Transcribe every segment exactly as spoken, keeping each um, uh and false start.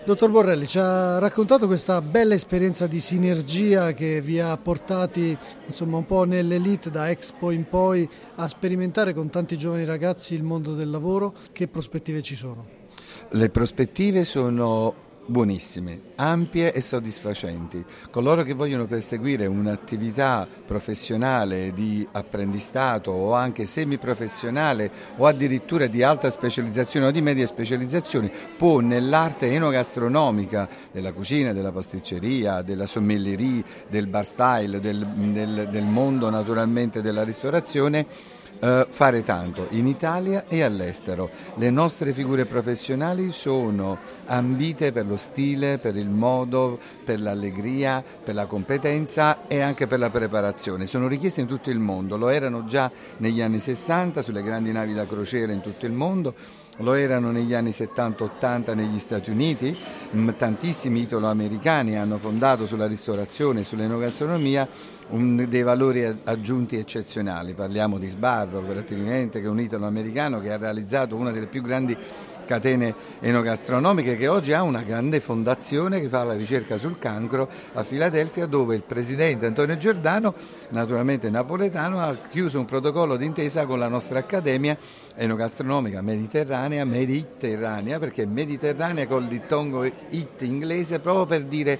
Dottor Borrelli, ci ha raccontato questa bella esperienza di sinergia che vi ha portati insomma un po' nell'elite da Expo in poi a sperimentare con tanti giovani ragazzi il mondo del lavoro. Che prospettive ci sono? Le prospettive sono buonissime, ampie e soddisfacenti. Coloro che vogliono perseguire un'attività professionale di apprendistato o anche semiprofessionale o addirittura di alta specializzazione o di media specializzazione può nell'arte enogastronomica della cucina, della pasticceria, della sommelierie, del bar style, del, del, del mondo naturalmente della ristorazione Uh, fare tanto in Italia e all'estero. Le nostre figure professionali sono ambite per lo stile, per il modo, per l'allegria, per la competenza e anche per la preparazione. Sono richieste in tutto il mondo, lo erano già negli anni sessanta sulle grandi navi da crociera in tutto il mondo, lo erano negli anni settanta ottanta negli Stati Uniti, tantissimi italo-americani hanno fondato sulla ristorazione e sull'enogastronomia un, dei valori aggiunti eccezionali. Parliamo di Sbarro, praticamente, che è un italo-americano che ha realizzato una delle più grandi catene enogastronomiche, che oggi ha una grande fondazione che fa la ricerca sul cancro a Filadelfia, dove il presidente Antonio Giordano, naturalmente napoletano, ha chiuso un protocollo d'intesa con la nostra accademia enogastronomica mediterranea, mediterranea, perché mediterranea col dittongo it inglese, proprio per dire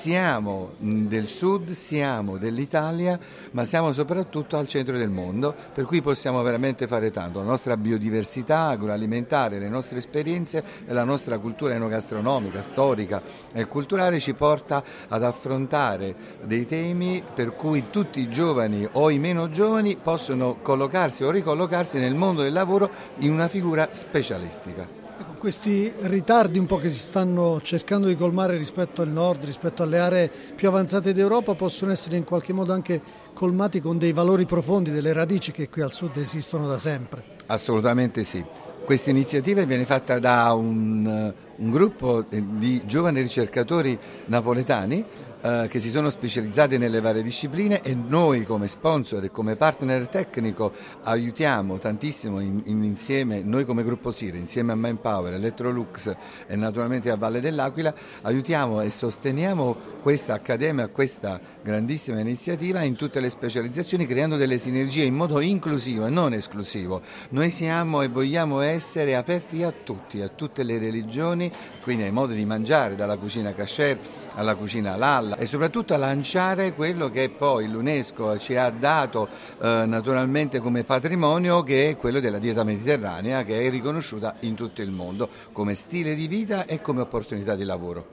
siamo del sud, siamo dell'Italia, ma siamo soprattutto al centro del mondo, per cui possiamo veramente fare tanto. La nostra biodiversità agroalimentare, le nostre esperienze e la nostra cultura enogastronomica, storica e culturale ci porta ad affrontare dei temi per cui tutti i giovani o i meno giovani possono collocarsi o ricollocarsi nel mondo del lavoro in una figura specialistica. Ecco, questi ritardi un po' che si stanno cercando di colmare rispetto al nord, rispetto alle aree più avanzate d'Europa, possono essere in qualche modo anche colmati con dei valori profondi, delle radici che qui al sud esistono da sempre. Assolutamente sì. Questa iniziativa viene fatta da un, un gruppo di giovani ricercatori napoletani eh, che si sono specializzati nelle varie discipline, e noi come sponsor e come partner tecnico aiutiamo tantissimo in, in insieme, noi come gruppo Sire, insieme a Manpower, Electrolux e naturalmente a Valle dell'Aquila, aiutiamo e sosteniamo questa accademia, questa grandissima iniziativa in tutte le specializzazioni, creando delle sinergie in modo inclusivo e non esclusivo. Noi siamo e vogliamo essere aperti a tutti, a tutte le religioni, quindi ai modi di mangiare, dalla cucina kasher alla cucina halal, e soprattutto a lanciare quello che poi l'UNESCO ci ha dato eh, naturalmente come patrimonio, che è quello della dieta mediterranea, che è riconosciuta in tutto il mondo come stile di vita e come opportunità di lavoro.